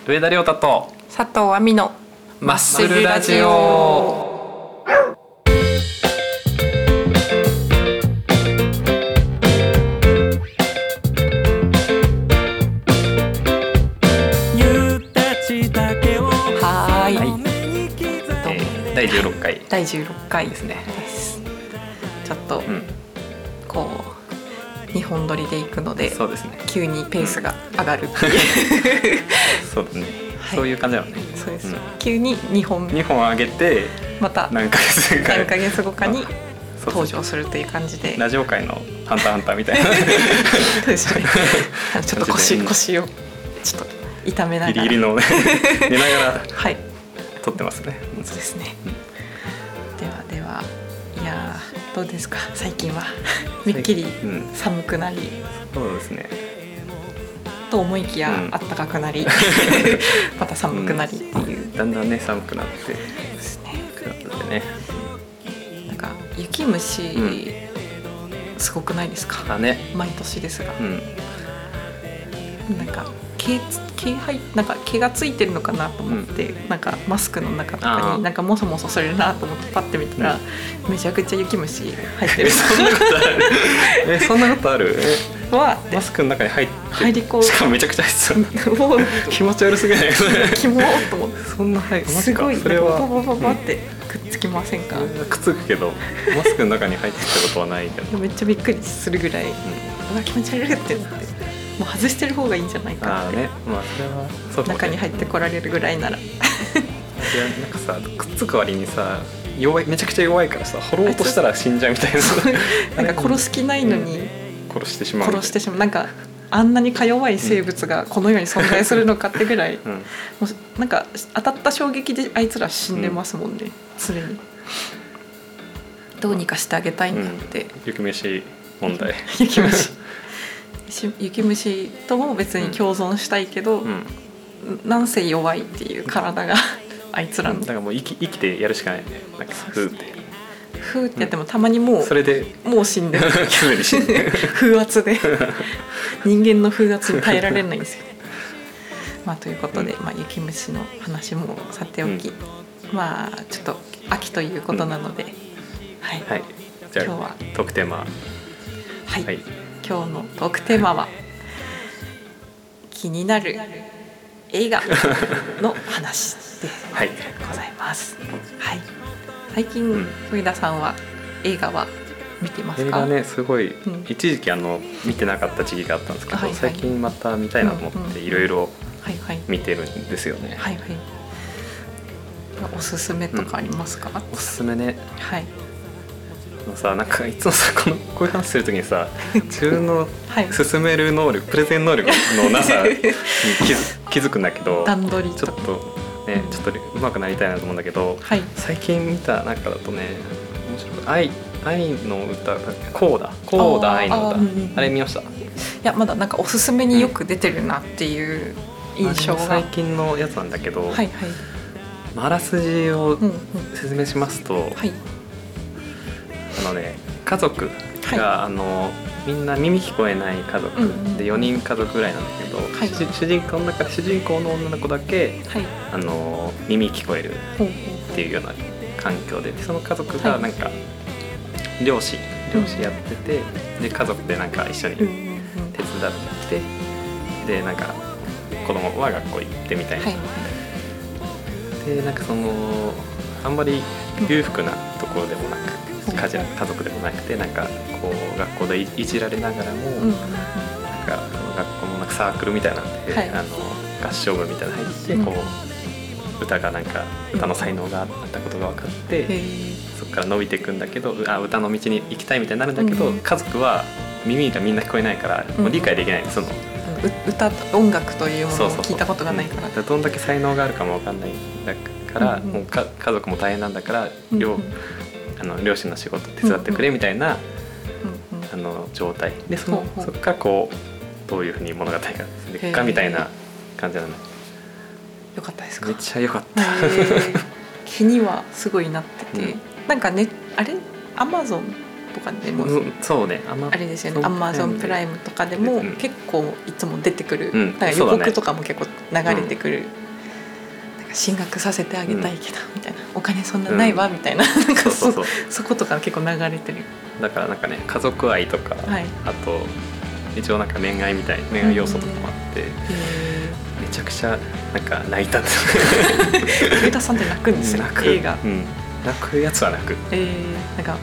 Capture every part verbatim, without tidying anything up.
上田亮太と佐藤亜美のマッスルラジオ。 はい、 はい、 どうも、 えー、だいじゅうろっかいだいじゅうろっかいですね。 ですちょっと、 うん、 こうにほん撮りでいくので、 そうですね。 急にペースが上がるっていう、 そうだね、 はい、 そういう感じなのね。 そうです、 うん、 急ににほんにほん上げてまた何ヶ月か何ヶ月後かにそうそう登場するという感じで、 ラジオ界のハンターハンターみたいなそうですねちょっと腰腰をちょっと痛めながらギリギリのね寝ながらはい撮ってますね。 そうですね、 うん、 ではでは、いやどうですか最近はめっきり寒くなり、 うん、そうですねと思いきや、 うん、 暖かくなりまた寒くなりっていう、 うん、だんだんね寒くなってですね。 ね、 なんか雪虫、うん、すごくないですか。 あ、ね、 毎年ですが、 うん、 なんか毛毛入なんか毛がついてるのかなと思って、うん、なんかマスクの中とかになんかもそもそするなと思ってパッて見たら、うん、めちゃくちゃ雪虫入ってる。 そんなことあるえそんなことあるえはマスクの中に入って入り込む、 しかもめちゃくちゃ入ってたもう気持ち悪すぎないキモーと思ってそんな入るすごいそれはババババってくっつきませんか。 うん、くっつくけどマスクの中に入ってきたことはないけどめっちゃびっくりするぐらい、うん、うわ気持ち悪いってなって、もう外してる方がいいんじゃないかって。 あ、ね、まあ、それはそうかもね、 中に入ってこられるぐらいならいやなんかさくっつく割にさ弱いめちゃくちゃ弱いからさ掘ろうとしたら死んじゃうみたいななんか殺す気ないのに、うん、 殺してしまう殺してしまうなんかあんなにか弱い生物がこの世に存在するのかってぐらい、うん、もうなんか当たった衝撃であいつら死んでますもんね、うん、常にどうにかしてあげたいんだって、うん、 雪虫問題雪虫雪虫とも別に共存したいけど、うん、なんせ弱いっていう体があいつらの、 だからもう生き、生きてやるしかないね。なんかフーってフーってやってもたまにもう、うん、 それでもう死んでる風圧で人間の風圧に耐えられないんですよまあということで、うん、まあ、雪虫の話もさておき、うん、まあちょっと秋ということなので、うん、はい、 はい、じゃあ今日はトークテーマ、 はい、はい、今日のトークテーマは気になる映画の話でございます、はい、最近上田さんは映画は見てますか。 映画ねすごい、うん、一時期あの見てなかった時期があったんですけど、はいはい、最近また見たいなと思っていろいろ見てるんですよね、はいはい、 おすすめとかありますか。 うん、おすすめね、 はい、 さなんかいつもさこのこういう話するときにさ自分の進める能力、はい、プレゼン能力のなさに気づ、気づくんだけど段取りちょっとねちょっと上手くなりたいなと思うんだけど、はい、最近見た中だとね面白い愛愛の歌コーダコーダ愛の歌 あ,、うん、あれ見ました。いやまだなんかおすすめによく出てるなっていう印象が、 うん、最近のやつなんだけど、はいはい、あらすじを説明しますと、うんうん、はい、あのね、家族が、はい、あのみんな耳聞こえない家族、うんうん、でよにん家族ぐらいなんだけど、はい、主人公の中で主人公の女の子だけ、はい、あの耳聞こえるっていうような環境で、その家族がなんか、はい、漁師漁師やってて、うん、で家族でなんか一緒に手伝って、うん、でなんか子供は学校行ってみたいな、はい、でなんかそのあんまり裕福なところでもなく、家事家族でもなくてなんかこう学校でいじられながらも、うん、なんか学校のなんかサークルみたいなんで、はい、あの合唱部みたいなの入って、うん、こう歌がなんか歌の才能があったことが分かって、うん、そこから伸びていくんだけど、あ歌の道に行きたいみたいになるんだけど、うん、家族は耳がみんな聞こえないから、うん、もう理解できない、その歌音楽というものを聞いたことがないから、 そうそうそう、うん、どんだけ才能があるかも分かんないんだから、うんうん、もうか家族も大変なんだから、うんうん、あの両親の仕事手伝ってくれみたいな、うんうん、あの状態で、そのそこからこうどういうふうに物語が進んでいくかみたいな感じなんだ。 よかったですか。 めっちゃよかった気にはすごいなってて、うん、なんかねあれアマゾンとかでも、 うん、そうね、 あれですよね、アマゾンプライムとかでも結こういつも出てくる、 うん、 なんか予告とかも結構流れてくる、うん、なんか進学させてあげたいけど、うん、みたいなお金そんなないわ、うん、みたいな、なんか そ, そうそうそことか結構流れてる。 だからなんかね家族愛とか、はい、あと一応なんか恋愛みたい恋愛要素とかもあって、うん、めちゃくちゃなんか泣いた上田さんって泣くんですよ映画、 うん、泣くやつは泣く。 えー、なんかも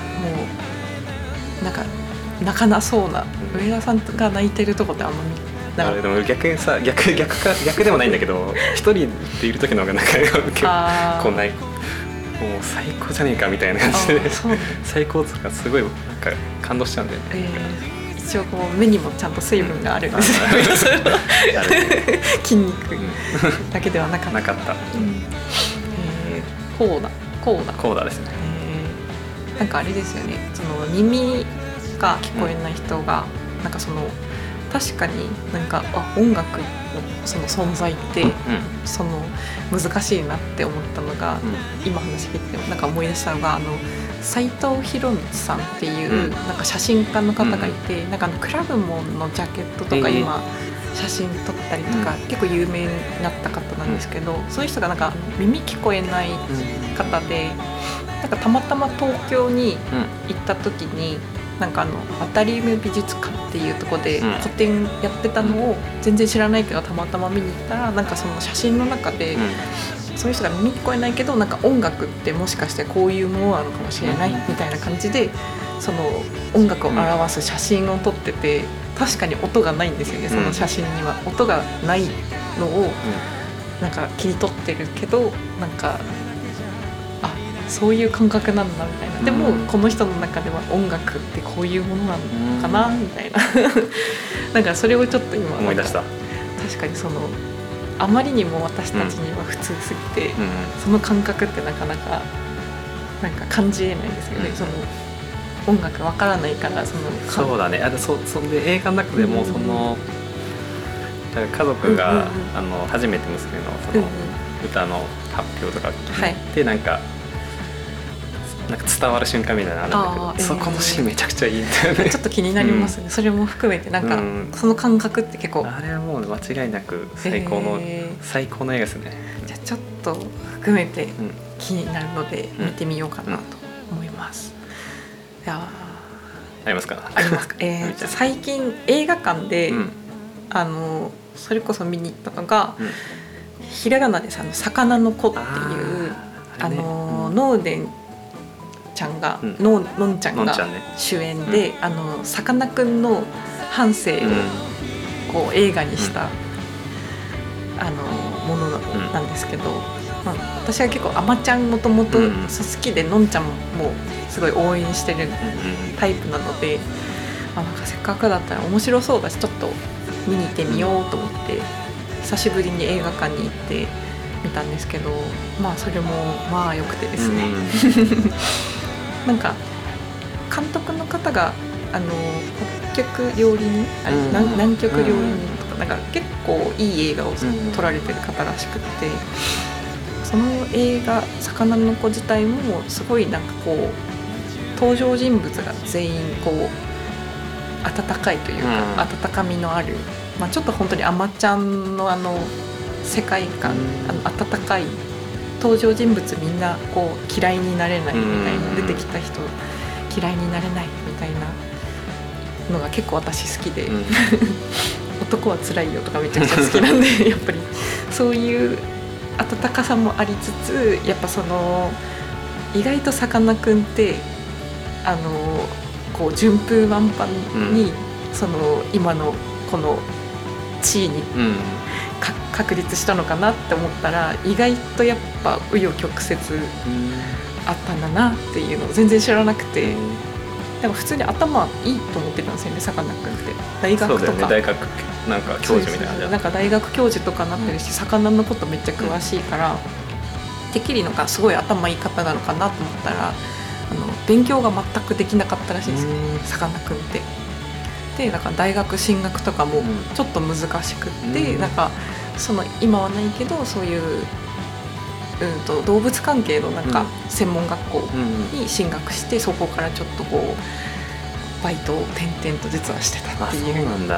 うなんか泣かなそうな、うん、上田さんが泣いてるとこってあんま見あれでも逆にさ 逆, 逆, か逆でもないんだけど一人でいる時の方がなんか結構ないもう最高じゃねえかみたいな感じで最高とかすごいなんか感動しちゃうんだよね、 えー、一応こう目にもちゃんと水分があるんですよ、うん、筋肉だけではなかったなかった、うんえー、コーダコーダコーダですね、 えー、なんかあれですよねその耳が聞こえない人が、うん、なんかその確かになんかあ音楽のその存在って、うん、その難しいなって思ったのが、うん、今話聞いてなんか思い出したのがあの斉藤博光さんっていう、うん、なんか写真家の方がいて、うん、なんかあのクラブモンのジャケットとか今、えー、写真撮ったりとか、うん、結構有名になった方なんですけど、うん、そういう人がなんか耳聞こえない方で、うん、なんかたまたま東京に行った時になんかあのアタリウム美術館っていうところで個展やってたのを全然知らないけどたまたま見に行ったらなんかその写真の中でそういう人が耳聞こえないけどなんか音楽ってもしかしてこういうものなのかもしれないみたいな感じでその音楽を表す写真を撮ってて確かに音がないんですよねその写真には音がないのをなんか切り取ってるけどなんかそういう感覚なんだみたいなでもこの人の中では音楽ってこういうものなのかなみたいななんかそれをちょっと今思い出した。 確かにそのあまりにも私たちには普通すぎて、うん、その感覚ってなかなかなんか感じえないですよね、うん、その音楽わからないからそのそうだねあ そ, そんで映画の中でもその、うん、家族が、うんうんうん、あの初めて娘のその歌の発表とか聞いて、はい、なんかなんか伝わる瞬間みたいなのあるんだけど、えー、そこのシーンめちゃくちゃいいんだよねちょっと気になりますね、うん、それも含めてなんか、うん、その感覚って結構あれはもう間違いなく最高の、えー、最高の映画ですね。 じゃあちょっと含めて気になるので見てみようかなと思います、うん、いやありますかありますか、えー、最近映画館で、うん、あのそれこそ見に行ったのが、うん、ひらがなでさ魚の子っていうあ、あね、あのノーデンちゃんが、うん、の, のんちゃんが主演で、ねうん、あのさかなクンの半生をこう映画にした、うん、あのものなんですけど、まあ、私は結構あまちゃんもともと好きで、うん、のんちゃんもすごい応援してるタイプなので、まあ、なんかせっかくだったら面白そうだしちょっと見に行ってみようと思って久しぶりに映画館に行って見たんですけど、まあそれもまあ良くてですね、うんなんか監督の方があの北極料理人、あれ、うん、南, 南極料理人とか、なんか結構いい映画を撮られてる方らしくって、うん、その映画「魚の子」自体もすごいなんかこう登場人物が全員こう温かいというか、うん、温かみのある、まあ、ちょっと本当にあまちゃんのあの世界観、うん、あの温かい登場人物みんなこう嫌いになれないみたいな、出てきた人嫌いになれないみたいなのが結構私好きで、うん、男は辛いよとかめちゃくちゃ好きなんでやっぱりそういう温かさもありつつやっぱその意外とさかなクンってあのこう順風満帆に、うん、その今のこの地位に、うん確立したのかなって思ったら意外とやっぱ紆余曲折あったんだなっていうのを全然知らなくて、でも普通に頭いいと思ってたんですよねさかなクンって。大学とかそうだよね、大学なんか教授みたいな感じだった。 なんか大学教授とかなってるし、魚のことめっちゃ詳しいから、うん、てっきりのがすごい頭いい方なのかなと思ったらあの勉強が全くできなかったらしいんですよさかなクンって。でなんか大学進学とかもちょっと難しくって、うん、なんかその今はないけどそういう、うん、と動物関係のなんか専門学校に進学して、うん、そこからちょっとこうバイトを転々と実はしてたっていう。 あ、そうなんだ。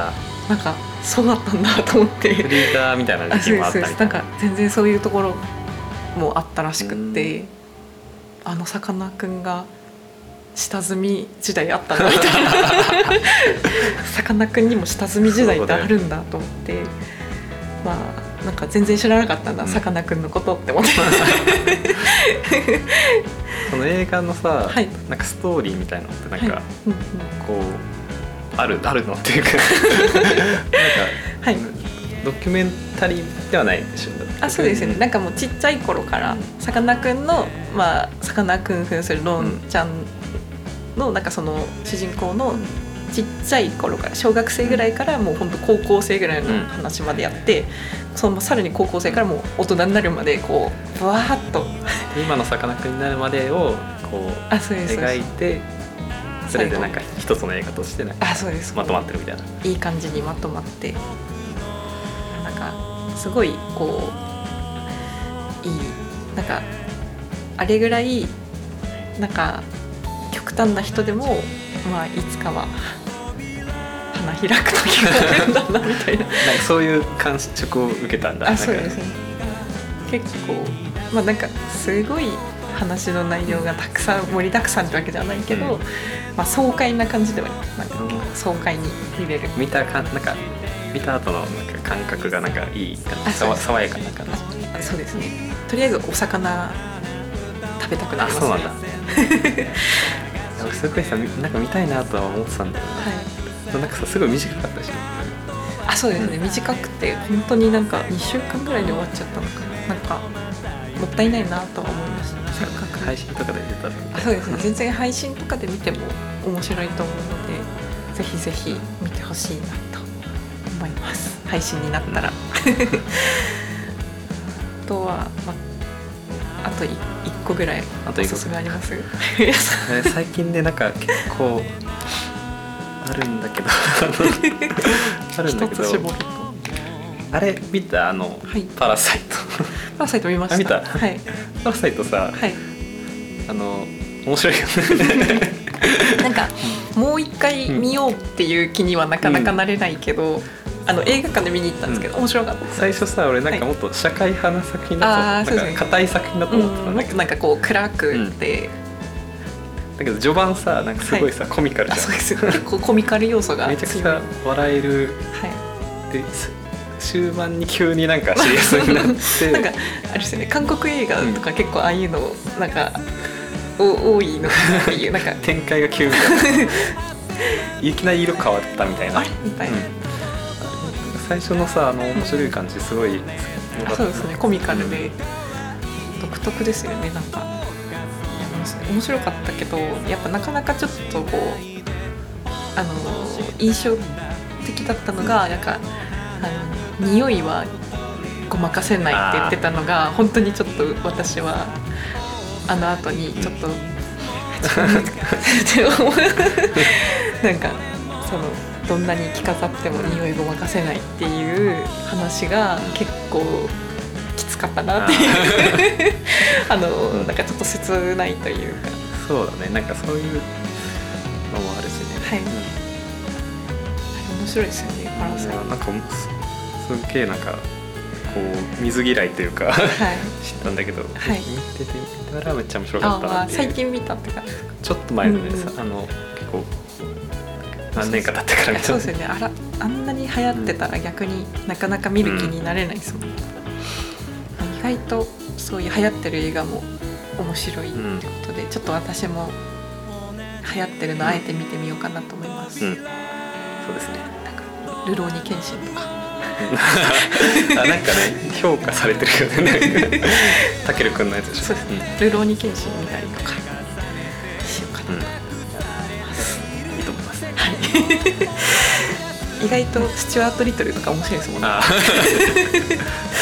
なんかそうだったんだと思ってフリーターみたいな時期もあったみたいな。 なんか全然そういうところもあったらしくって、あのさかなクンが下積み時代あったなみたいなさかなクンにも下積み時代ってあるんだと思って、まあなんか全然知らなかったんだ、さかなクンのことって思ってその映画のさ、 はい、 なんかストーリーみたいなのってなんか、 はいうんうん、 こうあるあるのっていうかなんか、はい、ドキュメンタリーではないでしょ。 あ、そうですね。なんかもうちっちゃい頃からさかなクンのまあさかなクン扮するロンちゃんのなんかその主人公のちっちゃい頃から小学生ぐらいからもう本当高校生ぐらいの話までやって、うん、そのさらに高校生からもう大人になるまでこうブワーッと今のさかなクンになるまでをこう描いて、それでなんか一つの映画としてなんかまとまってるみたいな、 いい感じにまとまって、なんかすごいこういい、なんかあれぐらいなんか極端な人でもまあいつかは花開く時があるんだなみたいななんかそういう感触を受けたんだ。 あ、そうですね。結構まあなんかすごい話の内容がたくさん盛りだくさんってわけじゃないけど、うん、まあ爽快な感じではなんか爽快に見れる。 見たかなんか見た後のなんか感覚がなんかいい爽やかな感じ。 そうですね。とりあえずお魚食べたくなりますね。 あ、そうなんだ。すごいさ、なんか見たいなとは思ってたんだよね。はい。なんかさ、すごい短かったし。 あ、そうですね。短くて本当になんかにしゅうかんぐらいで終わっちゃったのかな。なんかもったいないなとは思いました。せっかく配信とかで出たら。 あ、そうですね。全然配信とかで見ても面白いと思うので、ぜひぜひ見てほしいなと思います。配信になったら。あとは、まあ、あといっこぐらいおすすめあります？ 最近でなんか結構あるんだけどあるんだけど、あれ見た？あの、はい、パラサイトパラサイト見ました。 あ、見た？ はい、 パラサイトさ、はい、あの面白いよねなんかもう一回見ようっていう気にはなかなかなれないけど、うん、あの映画館で見に行ったんですけど、うん、面白かった。 最初さ、俺なんかもっと社会派な作品だと、はい、なんか硬い作品だと思ってたんだけど、 もっとなんかこう暗くて、 うん、だけど序盤さ、なんかすごいさ、はい、コミカルじゃん。 そうです。結構コミカル要素がめちゃくちゃ笑える、はい、で終盤に急になんかシリアスになってなんかあれですよね、韓国映画とか結構ああいうのなんかお多いのっていうなんか展開が急にいきなり色変わったみたいな、 あれみたいな、うん、 最初のさ、あの面白い感じすごい、うん、 そうですね、コミカルで独特ですよね。なんか面白かったけど、やっぱなかなかちょっとこうあの印象的だったのが、なんかあの匂いはごまかせないって言ってたのが、本当にちょっと私はあの後にちょっと、うん、なんかそのどんなに着飾っても匂いごまかせないっていう話が結構きつかったなっていうあのなんかちょっと切ないというか。 そうだね、なんかそういうのもあるしね。 はい、うん、面白いですよね、パラサイト。 なんかすっげえなんかこう水嫌いというか、はい、知ったんだけど、はい、見ててみたらめっちゃ面白かったなっていう。 最近見たって感じですか？ ちょっと前のね、うんうん、あの結構何年か経ってから見た。 そうですよね。あら、あんなに流行ってたら逆になかなか見る気になれないですもん、うん、意外とそういう流行ってる映画も面白いってことで、うん、ちょっと私も流行ってるのあえて見てみようかなと思います、 うん、そうですね。 なんかルローニケンシンとかあ、なんかね評価されてるよねたけるくんのやつでしょ。 そうですね、ルローニケンシン見たりとかしようかなと思います、 うん、いいと思います、 はい、意外とスチュワート・リトルとか面白いですもんね。ああいうのも、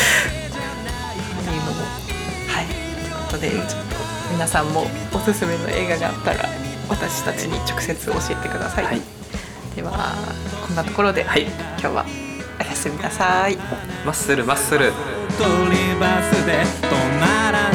はい、ということでちょっと皆さんもおすすめの映画があったら私たちに直接教えてください、はい、ではこんなところで、はい、今日はおやすみなさい。 マッスルマッスル。 トリバスで止まら